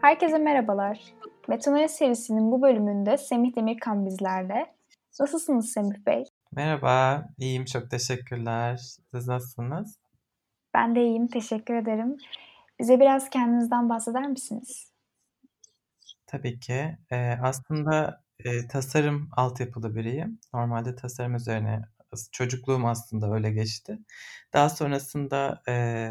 Herkese merhabalar. Metanoia serisinin bu bölümünde Semih Demirkan bizlerle. Nasılsınız Semih Bey? Merhaba, iyiyim çok teşekkürler. Siz nasılsınız? Ben de iyiyim, teşekkür ederim. Bize biraz kendinizden bahseder misiniz? Tabii ki. Aslında tasarım altyapılı biriyim. Normalde tasarım üzerine çocukluğum aslında öyle geçti. Daha sonrasında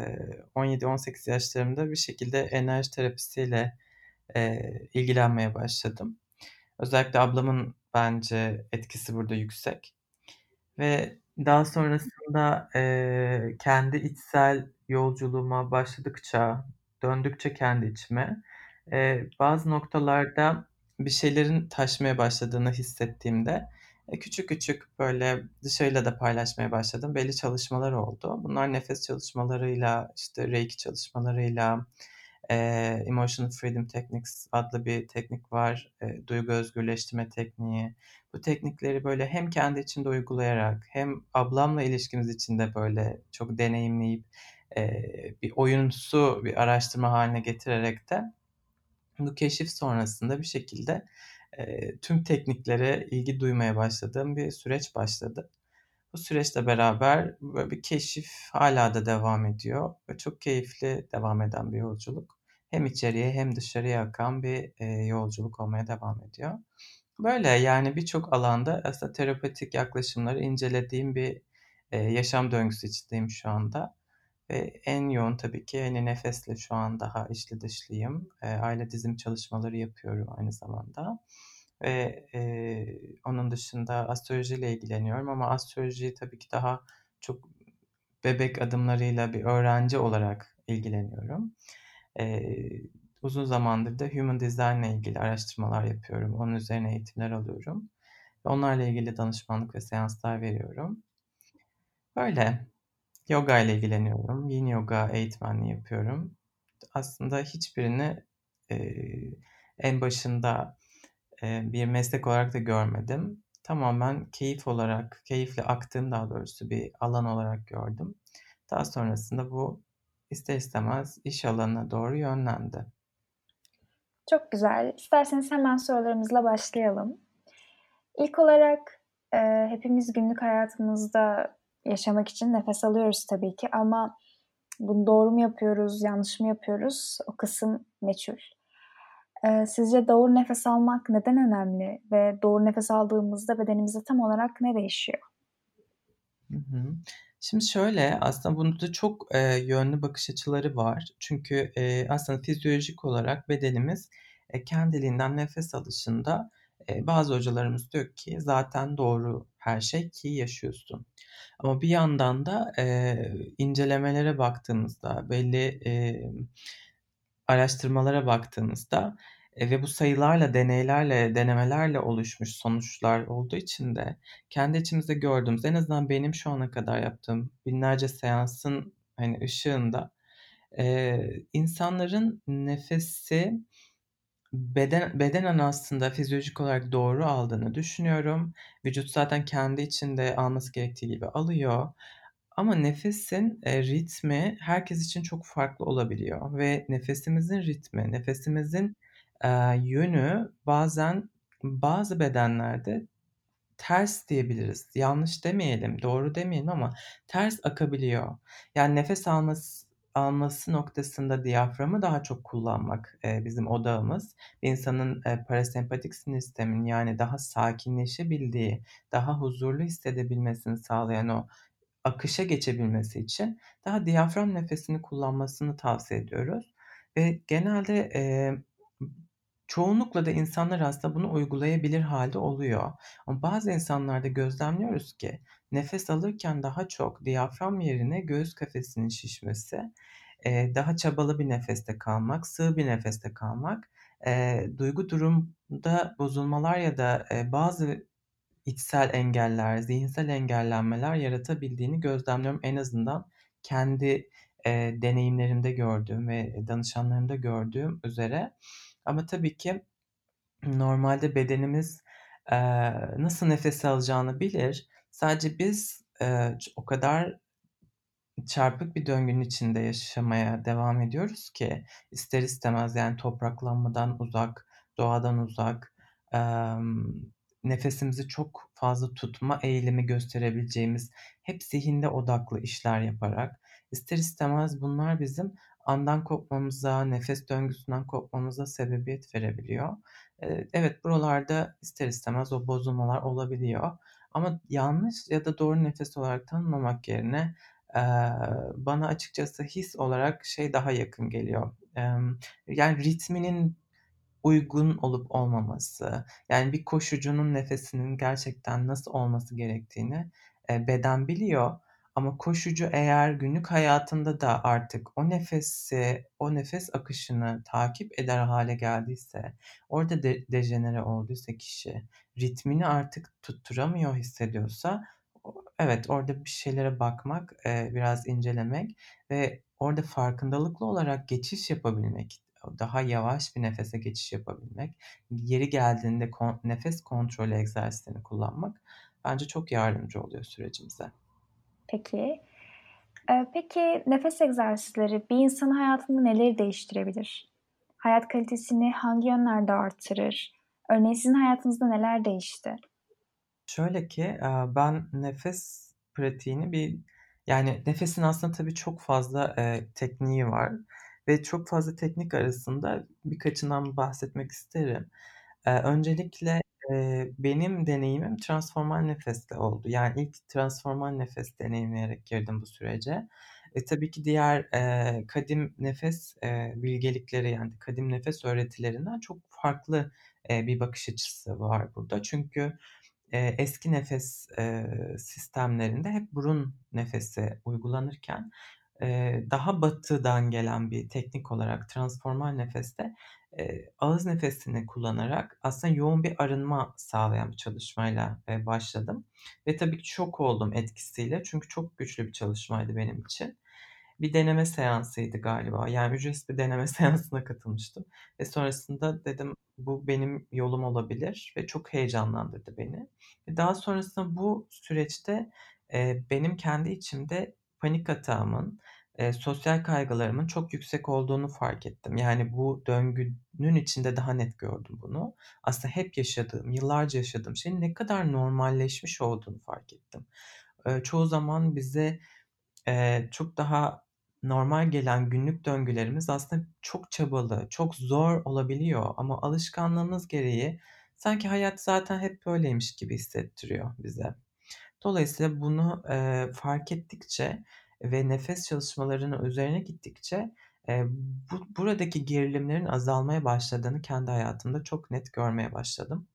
17-18 yaşlarımda bir şekilde enerji terapisiyle ilgilenmeye başladım. Özellikle ablamın bence etkisi burada yüksek. Ve daha sonrasında, kendi içsel yolculuğuma başladıkça, döndükçe kendi içime, bazı noktalarda bir şeylerin taşmaya başladığını hissettiğimde, küçük küçük, böyle, dışarıyla da paylaşmaya başladım. Belli çalışmalar oldu. Bunlar nefes çalışmalarıyla, işte, reiki çalışmalarıyla, Emotional Freedom Techniques adlı bir teknik var. Duygu özgürleştirme tekniği. Bu teknikleri böyle hem kendi içimde uygulayarak hem ablamla ilişkimiz içinde böyle çok deneyimleyip bir oyunsu bir araştırma haline getirerek de bu keşif sonrasında bir şekilde tüm tekniklere ilgi duymaya başladığım bir süreç başladı. Bu süreçle beraber böyle bir keşif hala da devam ediyor ve çok keyifli devam eden bir yolculuk. Hem içeriye hem dışarıya akan bir yolculuk olmaya devam ediyor. Böyle yani birçok alanda aslında terapetik yaklaşımları incelediğim bir yaşam döngüsü içindeyim şu anda. Ve en yoğun tabii ki hani nefesle şu an daha içli dışlıyım. Aile dizim çalışmaları yapıyorum aynı zamanda. Ve onun dışında astrolojiyle ilgileniyorum ama astrolojiyi tabii ki daha çok bebek adımlarıyla bir öğrenci olarak ilgileniyorum. Eee, Uzun zamandır da Human Design ile ilgili araştırmalar yapıyorum. Onun üzerine eğitimler alıyorum. Onlarla ilgili danışmanlık ve seanslar veriyorum. Böyle. Yoga ile ilgileniyorum. Yin yoga eğitmenliği yapıyorum. Aslında hiçbirini en başında bir meslek olarak da görmedim. Tamamen keyif olarak, keyifle aktığım daha doğrusu bir alan olarak gördüm. Daha sonrasında bu ister istemez iş alanına doğru yönlendi. Çok güzel. İsterseniz hemen sorularımızla başlayalım. İlk olarak hepimiz günlük hayatımızda yaşamak için nefes alıyoruz tabii ki ama bunu doğru mu yapıyoruz, yanlış mı yapıyoruz? O kısım meçhul. Sizce doğru nefes almak neden önemli ve doğru nefes aldığımızda bedenimizde tam olarak ne değişiyor? Hı hı. Şimdi şöyle, aslında bunda çok, yönlü bakış açıları var. Çünkü, aslında fizyolojik olarak bedenimiz, kendiliğinden nefes alışında, bazı hocalarımız diyor ki zaten doğru her şey ki yaşıyorsun. Ama bir yandan da, incelemelere baktığımızda, belli, araştırmalara baktığımızda, ve bu sayılarla, deneylerle, denemelerle oluşmuş sonuçlar olduğu için de kendi içimizde gördüğümüz, en azından benim şu ana kadar yaptığım binlerce seansın, hani, ışığında, insanların nefesi bedenen aslında fizyolojik olarak doğru aldığını düşünüyorum. Vücut zaten kendi içinde alması gerektiği gibi alıyor ama nefesin, ritmi herkes için çok farklı olabiliyor ve nefesimizin ritmi, nefesimizin, yönü bazen bazı bedenlerde ters diyebiliriz. Yanlış demeyelim, doğru demeyelim ama ters akabiliyor. Yani nefes alması noktasında diyaframı daha çok kullanmak, bizim odağımız. Bir insanın, parasempatik sinir sisteminin yani daha sakinleşebildiği, daha huzurlu hissedebilmesini sağlayan o akışa geçebilmesi için daha diyafram nefesini kullanmasını tavsiye ediyoruz ve genelde, çoğunlukla da insanlar aslında bunu uygulayabilir hâlde oluyor. Ama bazı insanlarda gözlemliyoruz ki nefes alırken daha çok diyafram yerine göğüs kafesinin şişmesi, daha çabalı bir nefeste kalmak, sığ bir nefeste kalmak, duygu durumda bozulmalar ya da, bazı içsel engeller, zihinsel engellenmeler yaratabildiğini gözlemliyorum. En azından kendi, deneyimlerimde gördüğüm ve danışanlarımda gördüğüm üzere. Ama tabii ki normalde bedenimiz, nasıl nefes alacağını bilir. Sadece biz, o kadar çarpık bir döngünün içinde yaşamaya devam ediyoruz ki ister istemez, yani, topraklanmadan uzak, doğadan uzak, emm, nefesimizi çok fazla tutma eğilimi gösterebileceğimiz, hep zihinde odaklı işler yaparak ister istemez bunlar bizim andan kopmamıza, nefes döngüsünden kopmamıza sebebiyet verebiliyor. Evet, buralarda ister istemez o bozulmalar olabiliyor ama yanlış ya da doğru nefes olarak tanımlamak yerine, Eee, bana açıkçası his olarak şey daha yakın geliyor. Yani ritminin uygun olup olmaması, yani bir koşucunun nefesinin gerçekten nasıl olması gerektiğini, beden biliyor ama koşucu eğer günlük hayatında da artık o nefes akışını takip eder hâle geldiyse, orada dejenere olduysa kişi, ritmini artık tutturamıyor hissediyorsa, evet, orada bir şeylere bakmak, biraz incelemek ve orada farkındalıklı olarak geçiş yapabilmek, daha yavaş bir nefese geçiş yapabilmek, yeri geldiğinde nefes kontrolü egzersizlerini kullanmak bence çok yardımcı oluyor sürecimize. Peki. Peki nefes egzersizleri bir insanın hayatında neleri değiştirebilir? Hayat kalitesini hangi yönlerde artırır? Örneğin sizin hayatınızda neler değişti? Şöyle ki, ben nefes pratiğini yani nefesin aslında tabii çok fazla, tekniği var ve çok fazla teknik arasında birkaçından bahsetmek isterim. Öncelikle, benim deneyimim transformal nefesle oldu. Yani ilk transformal nefes deneyimleyerek girdim bu sürece. Tabii ki diğer, kadim nefes, bilgelikleri, yani kadim nefes öğretilerinden çok farklı, bir bakış açısı var burada. Çünkü eski nefes, sistemlerinde hep burun nefesi uygulanırken, daha batıdan gelen bir teknik olarak transformal nefeste, ağız nefesini kullanarak aslında yoğun bir arınma sağlayan bir çalışmayla, başladım ve tabii ki şok oldum etkisiyle çünkü çok güçlü bir çalışmaydı benim için. Bir deneme seansıydı galiba. Yani ücretsiz bir deneme seansına katılmıştım ve sonrasında dedim, "Bu benim yolum olabilir." ve çok heyecanlandırdı beni. Daha sonrasında bu süreçte, benim kendi içimde panik atağımın, sosyal kaygılarımın çok yüksek olduğunu fark ettim. Yani bu döngünün içinde daha net gördüm bunu. Aslında hep yaşadığım, yıllarca yaşadığım şeyin ne kadar normalleşmiş olduğunu fark ettim. Çoğu zaman bize çok daha normal gelen günlük döngülerimiz aslında çok çabalı, çok zor olabiliyor ama alışkanlığımız gereği sanki hayat zaten hep böyleymiş gibi hissettiriyor bize. Dolayısıyla bunu, fark ettikçe ve nefes çalışmalarının üzerine gittikçe, buradaki gerilimlerin azalmaya başladığını kendi hayatımda çok net görmeye başladım.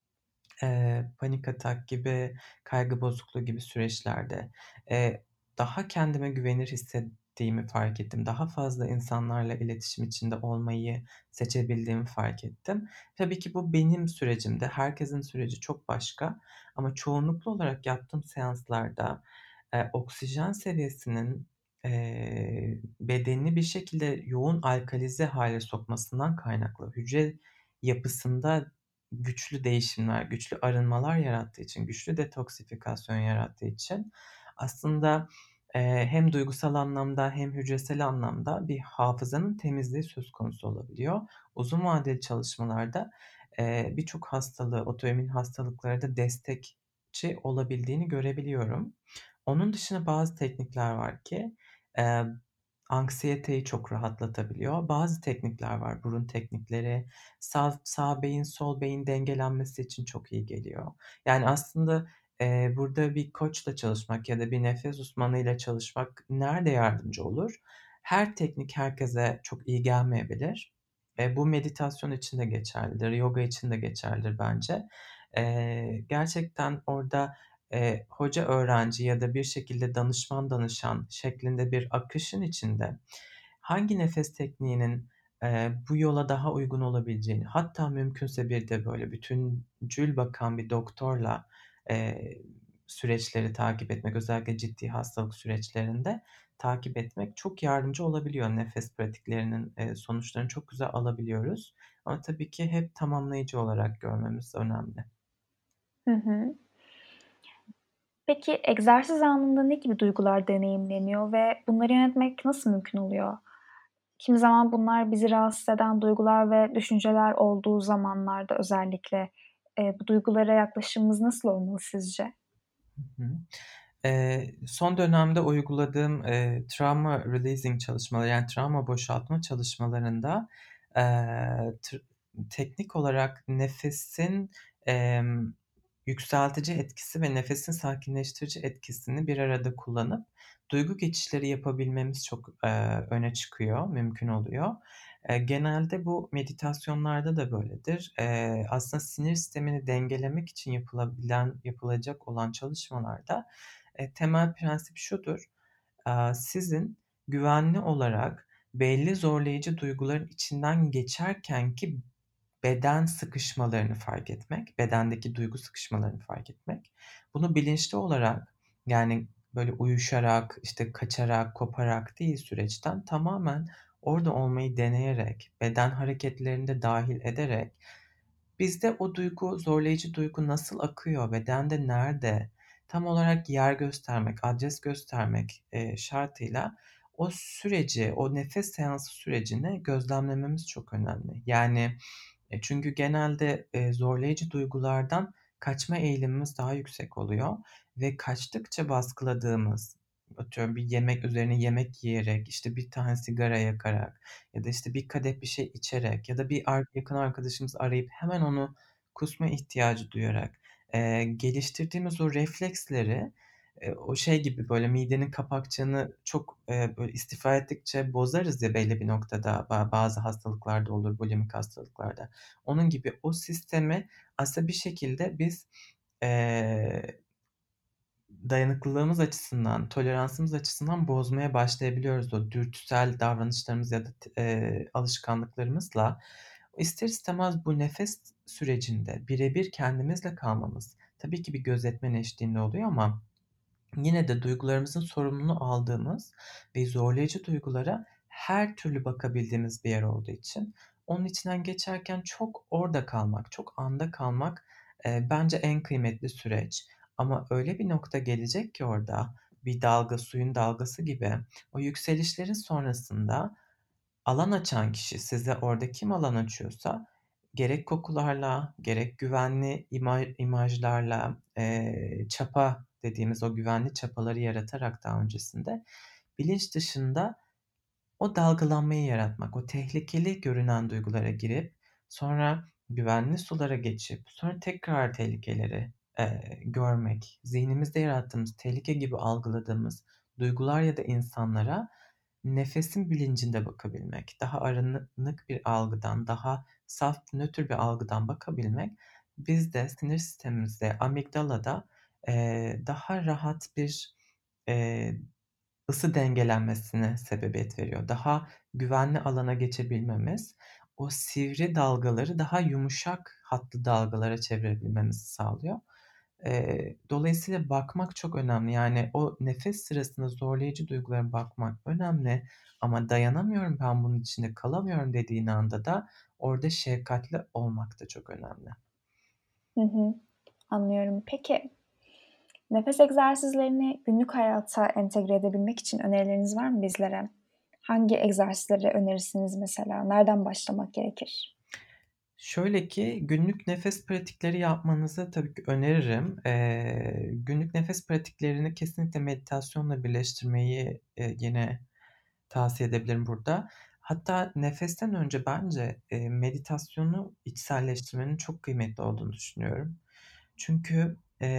Panik atak gibi, kaygı bozukluğu gibi süreçlerde, eee, daha kendime güvenir hissettiğimi fark ettim. Daha fazla insanlarla iletişim içinde olmayı seçebildiğimi fark ettim. Tabii ki bu benim sürecimde, herkesin süreci çok başka ama çoğunluklu olarak yaptığım seanslarda, oksijen seviyesinin, bedenini bir şekilde yoğun alkalize hâle sokmasından kaynaklı, hücre yapısında güçlü değişimler, güçlü arınmalar yarattığı için, güçlü detoksifikasyon yarattığı için aslında, hem duygusal anlamda hem hücresel anlamda bir hafızanın temizliği söz konusu olabiliyor. Uzun vadeli çalışmalarda, birçok hastalığı, otoimmün hastalıklara da destekçi olabildiğini görebiliyorum. Onun dışında bazı teknikler var ki, eee, anksiyeteyi çok rahatlatabiliyor. Bazı teknikler var, burun teknikleri, sağ beyin, sol beyin dengelenmesi için çok iyi geliyor. Yani aslında, burada bir koçla çalışmak ya da bir nefes uzmanıyla çalışmak nerede yardımcı olur? Her teknik herkese çok iyi gelmeyebilir. Bu meditasyon için de geçerlidir, yoga için de geçerlidir bence. Gerçekten orada, hoca öğrenci ya da bir şekilde danışman danışan şeklinde bir akışın içinde hangi nefes tekniğinin, bu yola daha uygun olabileceğini, hatta mümkünse bir de böyle bütüncül bakan bir doktorla, eee, süreçleri takip etmek, özellikle ciddi hastalık süreçlerinde takip etmek çok yardımcı olabiliyor. Nefes pratiklerinin, sonuçlarını çok güzel alabiliyoruz ama tabii ki hep tamamlayıcı olarak görmemiz önemli. Hı hı. Peki egzersiz anında ne gibi duygular deneyimleniyor ve bunları yönetmek nasıl mümkün oluyor? Kimi zaman bunlar bizi rahatsız eden duygular ve düşünceler olduğu zamanlarda özellikle, bu duygulara yaklaşımımız nasıl olmalı sizce? Hı hı. Son dönemde uyguladığım, trauma releasing çalışmaları, yani travma boşaltma çalışmalarında, teknik olarak nefesin, emm, yükseltici etkisi ve nefesin sakinleştirici etkisini bir arada kullanıp duygu geçişleri yapabilmemiz çok, öne çıkıyor, mümkün oluyor. Genelde bu meditasyonlarda da böyledir. Aslında sinir sistemini dengelemek için yapılacak olan çalışmalarda, temel prensip şudur: Sizin güvenli olarak belli zorlayıcı duyguların içinden geçerkenki beden sıkışmalarını fark etmek, bedendeki duygu sıkışmalarını fark etmek. Bunu bilinçli olarak, yani, böyle uyuşarak, işte, kaçarak, koparak değil süreçten, tamamen orada olmayı deneyerek, beden hareketlerini de dâhil ederek bizde o duygu, zorlayıcı duygu nasıl akıyor, bedende nerede, tam olarak yer göstermek, adres göstermek, şartıyla o süreci, o nefes seansı sürecini gözlemlememiz çok önemli. Yani, çünkü genelde, zorlayıcı duygulardan kaçma eğilimimiz daha yüksek oluyor ve kaçtıkça baskıladığımız, atıyorum bir yemek üzerine yemek yiyerek, işte, bir tane sigara yakarak ya da, işte, bir kadeh bir şey içerek ya da bir yakın arkadaşımızı arayıp hemen onu kusma ihtiyacı duyarak, geliştirdiğimiz o refleksleri, o şey gibi, böyle, midenin kapakçığını çok, böyle, istifra ettikçe bozarız ya belli bir noktada, bazı hastalıklarda olur, bulimik hastalıklarda. Onun gibi o sistemi aslında bir şekilde biz, eee, dayanıklılığımız açısından, toleransımız açısından bozmaya başlayabiliyoruz o dürtüsel davranışlarımız ya da alışkanlıklarımızla. İster istemez bu nefes sürecinde birebir kendimizle kalmamız tabii ki bir gözetmen eşliğinde oluyor ama yine de duygularımızın sorumluluğunu aldığımız ve zorlayıcı duygulara her türlü bakabildiğimiz bir yer olduğu için onun içinden geçerken çok orada kalmak, çok anda kalmak, bence en kıymetli süreç. Ama öyle bir nokta gelecek ki orada, bir dalga, suyun dalgası gibi o yükselişlerin sonrasında alan açan kişi, size orada kim alan açıyorsa gerek kokularla, gerek güvenli imajlarla, çapa dediğimiz o güvenli çapaları yaratarak daha öncesinde bilinç dışında o dalgalanmayı yaratmak, o tehlikeli görünen duygulara girip sonra güvenli sulara geçip sonra tekrar tehlikeleri, görmek, zihnimizde yarattığımız, tehlike gibi algıladığımız duygular ya da insanlara nefesin bilincinde bakabilmek, daha arınık bir algıdan, daha saf, nötr bir algıdan bakabilmek bizde, sinir sistemimizde, amigdalada, daha rahat bir, eee, ısı dengelenmesine sebebiyet veriyor. Daha güvenli alana geçebilmemiz, o sivri dalgaları daha yumuşak hatlı dalgalara çevirebilmemizi sağlıyor. Dolayısıyla bakmak çok önemli. Yani o nefes sırasında zorlayıcı duygulara bakmak önemli ama dayanamıyorum, ben bunun içinde kalamıyorum dediğin anda da orada şefkatli olmak da çok önemli. Hı hı, anlıyorum. Peki, nefes egzersizlerini günlük hayata entegre edebilmek için önerileriniz var mı bizlere? Hangi egzersizleri önerirsiniz mesela? Nereden başlamak gerekir? Şöyle ki, günlük nefes pratikleri yapmanızı tabii ki öneririm. Günlük nefes pratiklerini kesinlikle meditasyonla birleştirmeyi, yine tavsiye edebilirim burada. Hatta nefesten önce bence, meditasyonu içselleştirmenin çok kıymetli olduğunu düşünüyorum. Çünkü,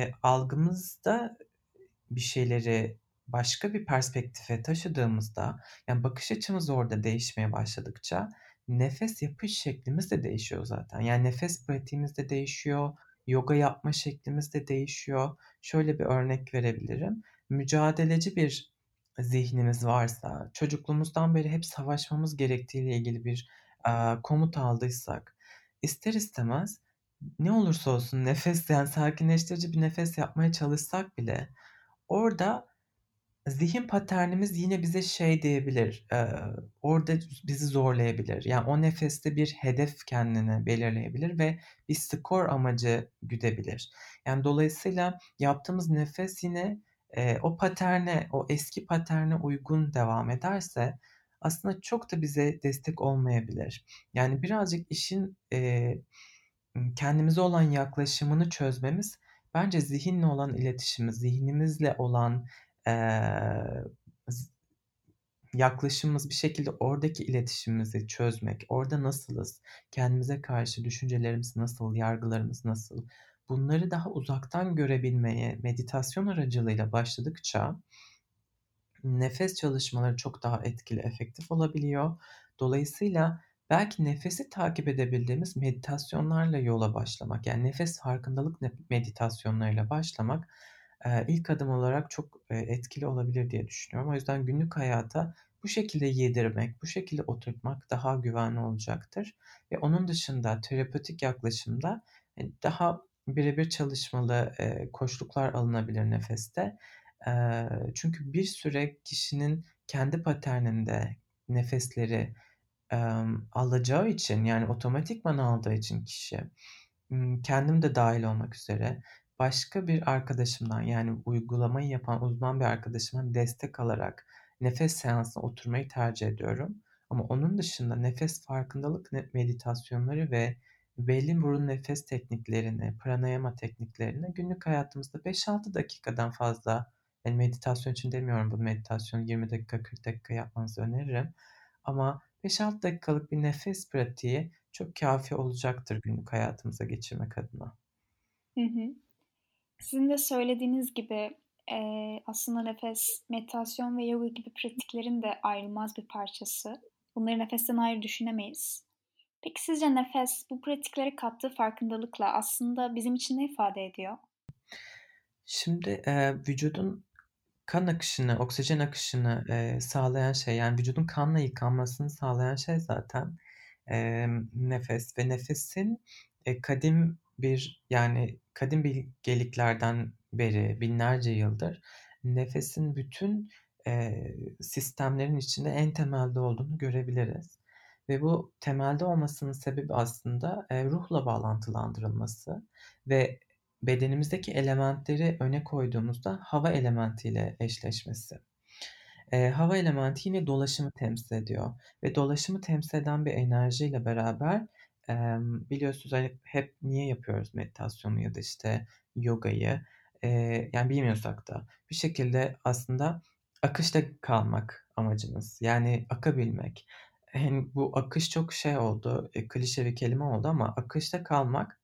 algımızda bir şeyleri başka bir perspektife taşıdığımızda, yani, bakış açımız orada değişmeye başladıkça nefes yapış şeklimiz de değişiyor zaten. Yani, nefes pratiğimiz de değişiyor, yoga yapma şeklimiz de değişiyor. Şöyle bir örnek verebilirim. Mücadeleci bir zihnimiz varsa, çocukluğumuzdan beri hep savaşmamız gerektiğiyle ilgili bir, komut aldıysak, ister istemez ne olursa olsun nefes, yani, sakinleştirici bir nefes yapmaya çalışsak bile orada Zihin paternimiz yine bize şey diyebilir, orada bizi zorlayabilir. Yani o nefeste bir hedef kendine belirleyebilir ve bir skor amacı güdebilir. Yani dolayısıyla yaptığımız nefes yine, o paterne, o eski paterne uygun devam ederse aslında çok da bize destek olmayabilir. Yani birazcık işin, kendimize olan yaklaşımını çözmemiz bence zihinle olan iletişimimiz, zihnimizle olan, eee, z yaklaşımımız, bir şekilde oradaki iletişimimizi çözmek, orada nasılız, kendimize karşı düşüncelerimiz nasıl, yargılarımız nasıl, bunları daha uzaktan görebilmeye meditasyon aracılığıyla başladıkça nefes çalışmaları çok daha etkili, efektif olabiliyor. Dolayısıyla belki nefesi takip edebildiğimiz meditasyonlarla yola başlamak, yani nefes farkındalık meditasyonlarıyla başlamak, ilk adım olarak çok, etkili olabilir diye düşünüyorum. O yüzden günlük hayata bu şekilde yedirmek, bu şekilde oturtmak daha güvenli olacaktır ve onun dışında terapötik yaklaşımda, daha birebir çalışmalı, koçluklar alınabilir nefeste. Çünkü bir süre kişinin kendi paterninde nefesleri, alacağı için, yani otomatikman aldığı için kişi, kendim de dâhil olmak üzere başka bir arkadaşımdan, yani uygulamayı yapan uzman bir arkadaşımdan destek alarak nefes seansına oturmayı tercih ediyorum. Ama onun dışında nefes farkındalık meditasyonları ve belli burun nefes tekniklerini, pranayama tekniklerini günlük hayatımızda 5-6 dakikadan fazla, yani meditasyon için demiyorum, bu meditasyonu 20 dakika, 40 dakika yapmanızı öneririm. Ama 5-6 dakikalık bir nefes pratiği çok kâfi olacaktır günlük hayatımıza geçirmek adına. Hı hı. Sizin de söylediğiniz gibi, aslında nefes, meditasyon ve yoga gibi pratiklerin de ayrılmaz bir parçası. Bunları nefesten ayrı düşünemeyiz. Peki sizce nefes bu pratiklere kattığı farkındalıkla aslında bizim için ne ifade ediyor? Şimdi, vücudun kan akışını, oksijen akışını, sağlayan şey, yani vücudun kanla yıkanmasını sağlayan şey zaten, nefes ve nefesin, kadim bilgeliklerden beri, binlerce yıldır nefesin bütün, sistemlerin içinde en temelde olduğunu görebiliriz ve bu temelde olmasının sebebi aslında, ruhla bağlantılandırılması ve bedenimizdeki elementleri öne koyduğumuzda hava elementiyle eşleşmesi. Hava elementi yine dolaşımı temsil ediyor ve dolaşımı temsil eden bir enerjiyle beraber, biliyorsunuz, hani, hep niye yapıyoruz meditasyonu ya da, işte, yogayı? Yani, bilmiyorsak da bir şekilde aslında akışta kalmak amacımız. Yani akabilmek. Hani, bu akış çok şey oldu, klişe bir kelime oldu ama akışta kalmak,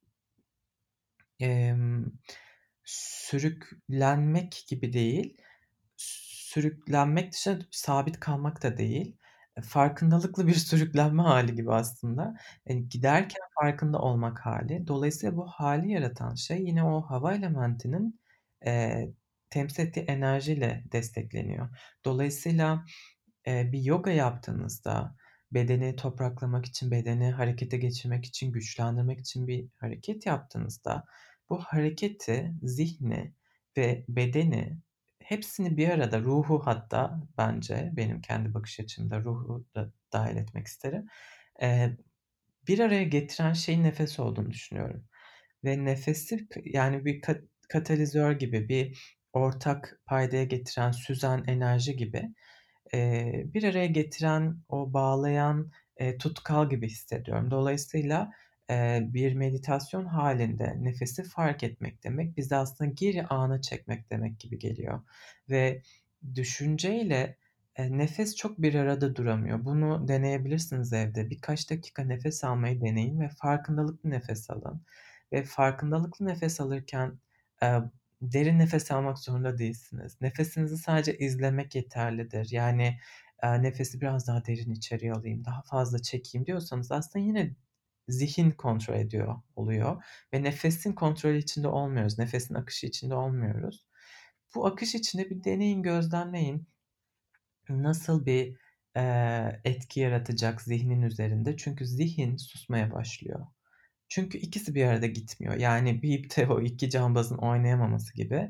Emm, sürüklenmek gibi değil, sürüklenmek dışında sabit kalmak da değil, farkındalıklı bir sürüklenme hâli gibi aslında. Giderken farkında olmak hâli. Dolayısıyla bu hâli yaratan şey yine o hava elementinin, eee, temsil ettiği enerjiyle destekleniyor. Dolayısıyla bir yoga yaptığınızda, bedeni topraklamak için, bedeni harekete geçirmek için, güçlendirmek için bir hareket yaptığınızda, bu hareketi, zihni ve bedeni hepsini bir arada, ruhu hatta bence benim kendi bakış açımda ruhu da dâhil etmek isterim. Eee, Bir araya getiren şeyin nefes olduğunu düşünüyorum ve nefesi yani bir katalizör gibi, bir ortak paydaya getiren, süzen enerji gibi, bir araya getiren, o bağlayan, tutkal gibi hissediyorum. Dolayısıyla, bir meditasyon hâlinde nefesi fark etmek demek, bizi aslında geri ana çekmek demek gibi geliyor ve düşünceyle, nefes çok bir arada duramıyor. Bunu deneyebilirsiniz evde. Birkaç dakika nefes almayı deneyin ve farkındalıklı nefes alın ve farkındalıklı nefes alırken, eee, derin nefes almak zorunda değilsiniz. Nefesinizi sadece izlemek yeterlidir. Yani, nefesi biraz daha derin içeriye alayım, daha fazla çekeyim diyorsanız aslında yine zihin kontrol ediyor oluyor ve nefesin kontrolü içinde olmuyoruz. Nefesin akışı içinde olmuyoruz. Bu akış içinde bir deneyin, gözlemleyin. Nasıl bir, etki yaratacak zihnin üzerinde? Çünkü zihin susmaya başlıyor. Çünkü ikisi bir arada gitmiyor. Yani bir ipte o 2 cambazın oynayamaması gibi.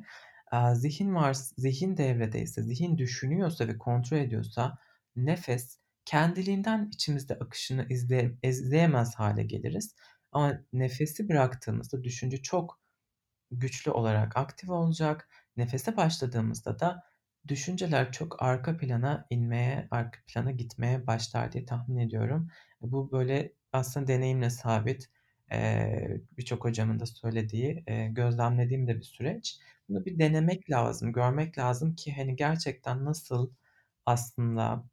Zihin devredeyse, zihin düşünüyorsa ve kontrol ediyorsa nefes kendiliğinden içimizde akışını izleyemez hale geliriz. Ama nefesi bıraktığımızda düşünce çok güçlü olarak aktif olacak. Nefese başladığımızda da düşünceler çok arka plana inmeye, arka plana gitmeye başlar diye tahmin ediyorum. Bu böyle aslında deneyimle sabit. Birçok hocamın da söylediği, gözlemlediğim de bir süreç. Bunu bir denemek lazım, görmek lazım ki hani gerçekten nasıl aslında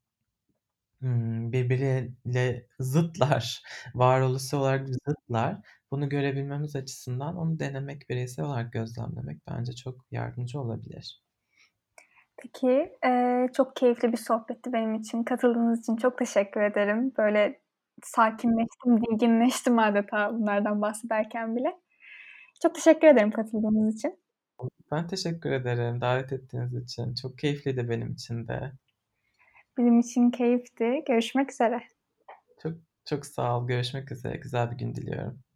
birbiriyle zıtlar, varoluşsal olarak zıtlar. Bunu görebilmemiz açısından onu denemek, bireysel olarak gözlemlemek bence çok yardımcı olabilir. Peki, çok keyifli bir sohbetti benim için. Katıldığınız için çok teşekkür ederim. Böyle sakinleştim, dinginleştim adeta bunlardan bahsederken bile. Çok teşekkür ederim katıldığınız için. Ben teşekkür ederim davet ettiğiniz için. Çok keyifliydi benim için de. Benim için keyifti. Görüşmek üzere. Çok çok sağ ol. Görüşmek üzere. Güzel bir gün diliyorum.